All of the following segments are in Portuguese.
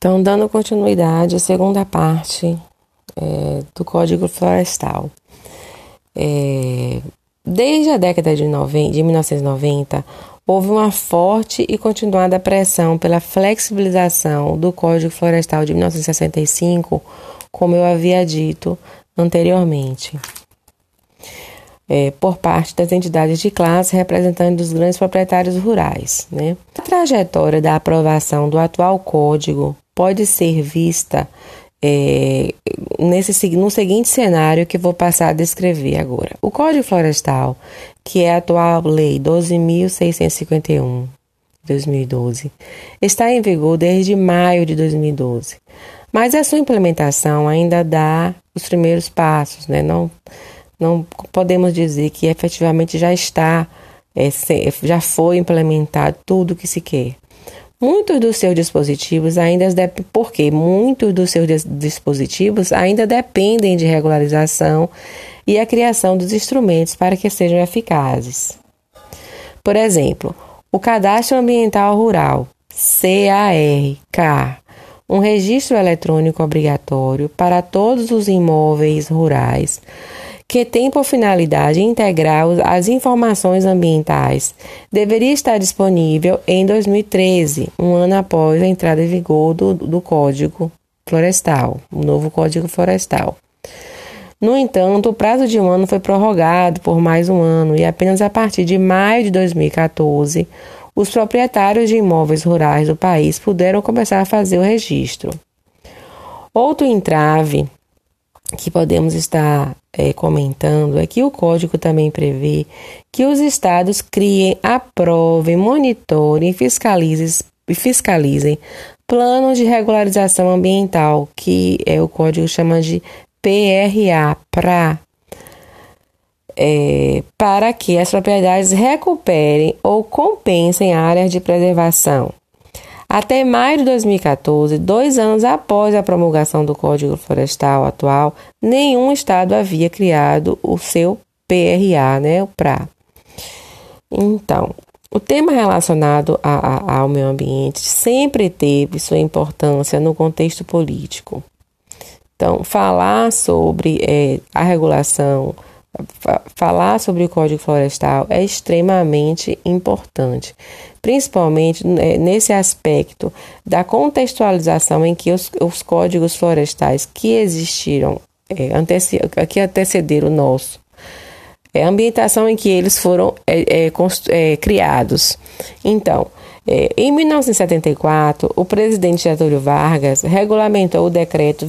Então, dando continuidade à segunda parte do Código Florestal. Desde a década de 1990, houve uma forte e continuada pressão pela flexibilização do Código Florestal de 1965, como eu havia dito anteriormente, por parte das entidades de classe representantes dos grandes proprietários rurais, né? A trajetória da aprovação do atual Código pode ser vista no seguinte cenário que vou passar a descrever agora. O Código Florestal, que é a atual Lei 12.651, de 2012, está em vigor desde maio de 2012, mas a sua implementação ainda dá os primeiros passos, né? Não podemos dizer que efetivamente já foi implementado tudo o que se quer. Muitos dos seus dispositivos ainda dependem de regularização e a criação dos instrumentos para que sejam eficazes. Por exemplo, o Cadastro Ambiental Rural, CAR, um registro eletrônico obrigatório para todos os imóveis rurais, que tem por finalidade integrar as informações ambientais, deveria estar disponível em 2013, um ano após a entrada em vigor do Código Florestal, o novo Código Florestal. No entanto, o prazo de um ano foi prorrogado por mais um ano e apenas a partir de maio de 2014, os proprietários de imóveis rurais do país puderam começar a fazer o registro. Outro entrave que podemos estar comentando é que o Código também prevê que os estados criem, aprovem, monitorem e fiscalizem planos de regularização ambiental, que o Código chama de PRA, para que as propriedades recuperem ou compensem áreas de preservação. Até maio de 2014, 2 anos após a promulgação do Código Florestal atual, nenhum estado havia criado o seu PRA, o PRA. Então, o tema relacionado ao meio ambiente sempre teve sua importância no contexto político. Então, falar sobre a regulação, falar sobre o Código Florestal é extremamente importante, principalmente nesse aspecto da contextualização em que os códigos florestais que existiram, que antecederam o nosso, a ambientação em que eles foram criados. Então, em 1974, o presidente Getúlio Vargas regulamentou o decreto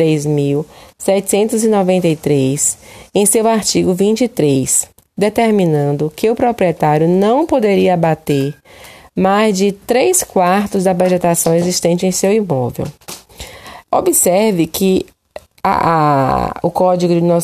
23.793 em seu artigo 23, determinando que o proprietário não poderia abater mais de 3/4 da vegetação existente em seu imóvel. Observe que o Código de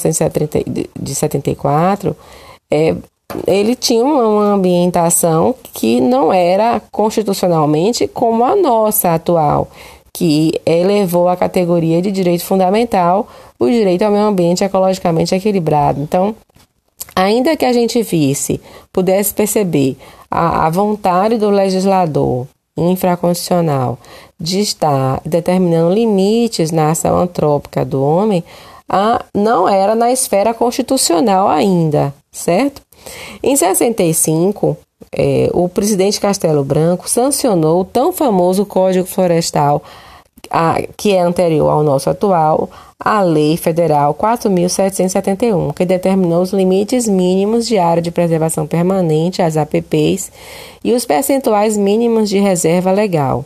1974 ele tinha uma ambientação que não era constitucionalmente como a nossa atual, que elevou à categoria de direito fundamental o direito ao meio ambiente ecologicamente equilibrado. Então, ainda que a gente pudesse perceber a vontade do legislador infraconstitucional de estar determinando limites na ação antrópica do homem, não era na esfera constitucional ainda, certo? Em 65, o presidente Castelo Branco sancionou o tão famoso Código Florestal, que é anterior ao nosso atual, a Lei Federal 4.771, que determinou os limites mínimos de área de preservação permanente, as APPs, e os percentuais mínimos de reserva legal.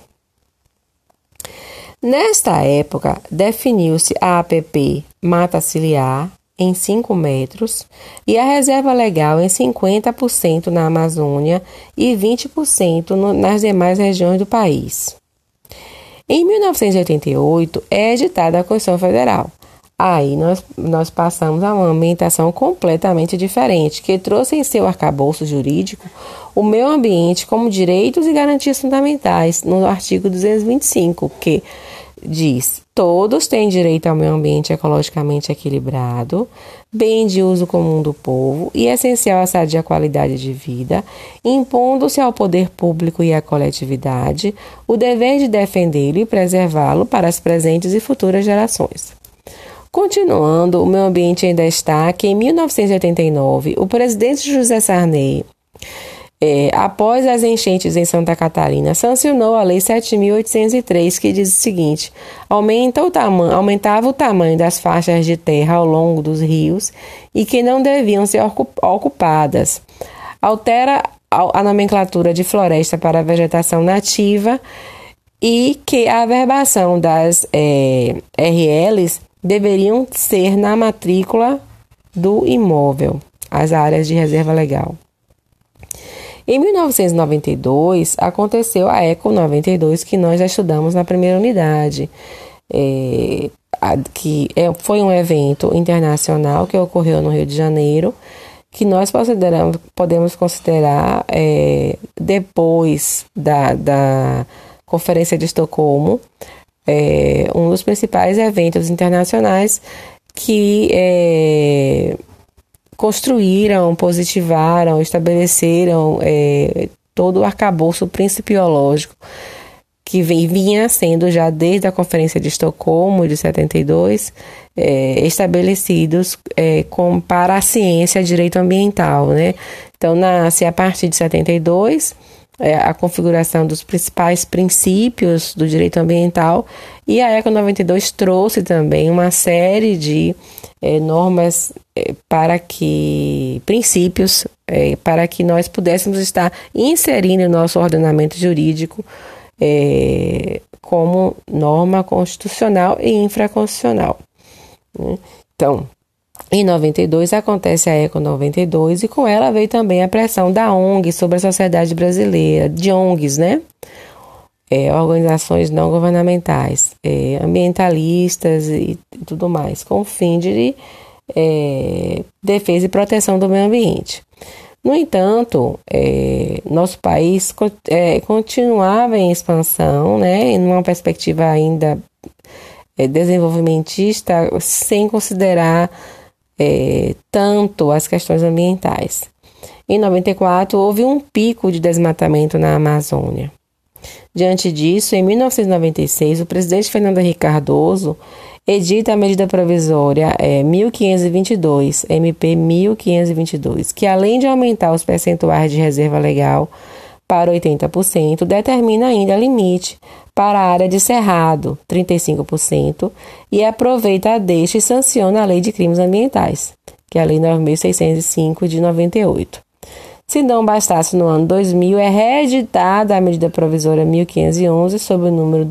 Nesta época, definiu-se a APP Mata Ciliar em 5 metros e a reserva legal em 50% na Amazônia e 20% nas demais regiões do país. Em 1988, é editada a Constituição Federal. Aí nós passamos a uma ambientação completamente diferente, que trouxe em seu arcabouço jurídico o meio ambiente como direitos e garantias fundamentais, no artigo 225, que diz: todos têm direito ao meio ambiente ecologicamente equilibrado, bem de uso comum do povo e essencial à sadia qualidade de vida, impondo-se ao poder público e à coletividade o dever de defendê-lo e preservá-lo para as presentes e futuras gerações. Continuando, o meio ambiente em destaque, em 1989, o presidente José Sarney, após as enchentes em Santa Catarina, sancionou a Lei 7.803, que diz o seguinte: aumentava o tamanho das faixas de terra ao longo dos rios e que não deviam ser ocupadas. Altera a nomenclatura de floresta para a vegetação nativa e que a averbação das RLs deveriam ser na matrícula do imóvel, as áreas de reserva legal. Em 1992, aconteceu a Eco 92, que nós já estudamos na primeira unidade, foi um evento internacional que ocorreu no Rio de Janeiro, que nós podemos considerar, depois da Conferência de Estocolmo, um dos principais eventos internacionais que construíram, positivaram, estabeleceram todo o arcabouço principiológico que vinha sendo já desde a Conferência de Estocolmo de 72 estabelecidos para a ciência direito ambiental, né? Então nasce a partir de 72 a configuração dos principais princípios do direito ambiental, e a Eco 92 trouxe também uma série de normas princípios para que nós pudéssemos estar inserindo o nosso ordenamento jurídico como norma constitucional e infraconstitucional, né? Então, em 92 acontece a Eco 92 e com ela veio também a pressão da ONG sobre a sociedade brasileira, de ONGs, né? Organizações não governamentais, ambientalistas e tudo mais, com o fim de defesa e proteção do meio ambiente. No entanto, nosso país continuava em expansão, né? Em uma perspectiva ainda desenvolvimentista, sem considerar tanto as questões ambientais. Em 94, houve um pico de desmatamento na Amazônia. Diante disso, em 1996, o presidente Fernando Henrique Cardoso edita a medida provisória 1522, MP 1522, que além de aumentar os percentuais de reserva legal para 80%, determina ainda limite para a área de cerrado, 35%, e aproveita a deixa e sanciona a Lei de Crimes Ambientais, que é a Lei 9.605 de 98. Se não bastasse, no ano 2000, é reeditada a medida provisória 1511, sob o número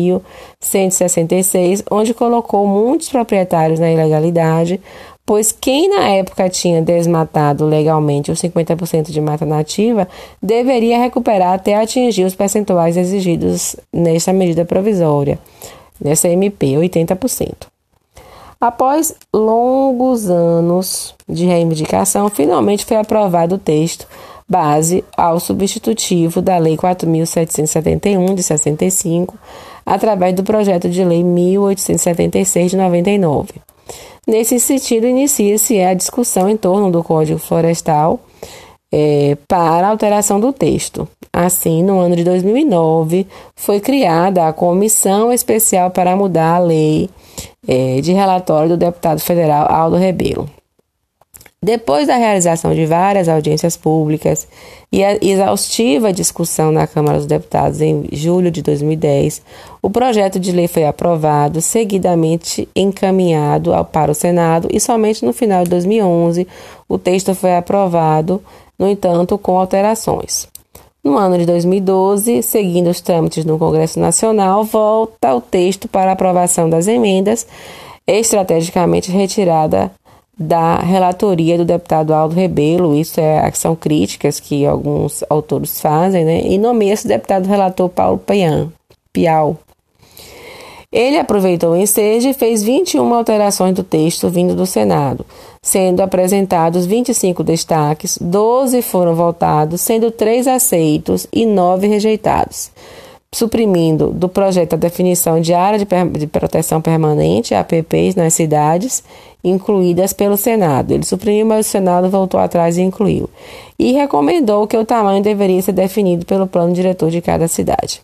2166, onde colocou muitos proprietários na ilegalidade, pois quem na época tinha desmatado legalmente os 50% de mata nativa deveria recuperar até atingir os percentuais exigidos nesta medida provisória, nessa MP, 80%. Após longos anos de reivindicação, finalmente foi aprovado o texto base ao substitutivo da Lei 4.771, de 65, através do projeto de Lei 1.876, de 99. Nesse sentido, inicia-se a discussão em torno do Código Florestal para a alteração do texto. Assim, no ano de 2009, foi criada a Comissão Especial para mudar a lei de relatório do deputado federal Aldo Rebelo. Depois da realização de várias audiências públicas e a exaustiva discussão na Câmara dos Deputados em julho de 2010, o projeto de lei foi aprovado, seguidamente encaminhado para o Senado e somente no final de 2011 o texto foi aprovado, no entanto, com alterações. No ano de 2012, seguindo os trâmites no Congresso Nacional, volta o texto para aprovação das emendas, estrategicamente retirada da relatoria do deputado Aldo Rebelo. Isso são críticas que alguns autores fazem, né? E nomeia-se o deputado relator Paulo Piau. Ele aproveitou o ensejo e fez 21 alterações do texto vindo do Senado, sendo apresentados 25 destaques, 12 foram votados, sendo 3 aceitos e 9 rejeitados. suprimindo do projeto a definição de área de proteção permanente, APPs, nas cidades, incluídas pelo Senado. Ele suprimiu, mas o Senado voltou atrás e incluiu. E recomendou que o tamanho deveria ser definido pelo plano diretor de cada cidade.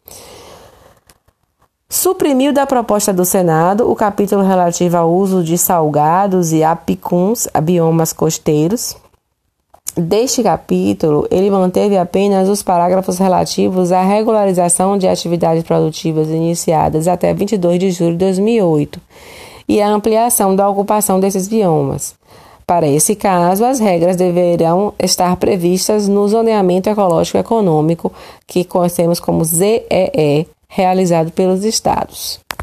Suprimiu da proposta do Senado o capítulo relativo ao uso de salgados e apicuns, biomas costeiros. Deste capítulo, ele manteve apenas os parágrafos relativos à regularização de atividades produtivas iniciadas até 22 de julho de 2008 e a ampliação da ocupação desses biomas. Para esse caso, as regras deverão estar previstas no Zoneamento Ecológico Econômico, que conhecemos como ZEE, realizado pelos estados.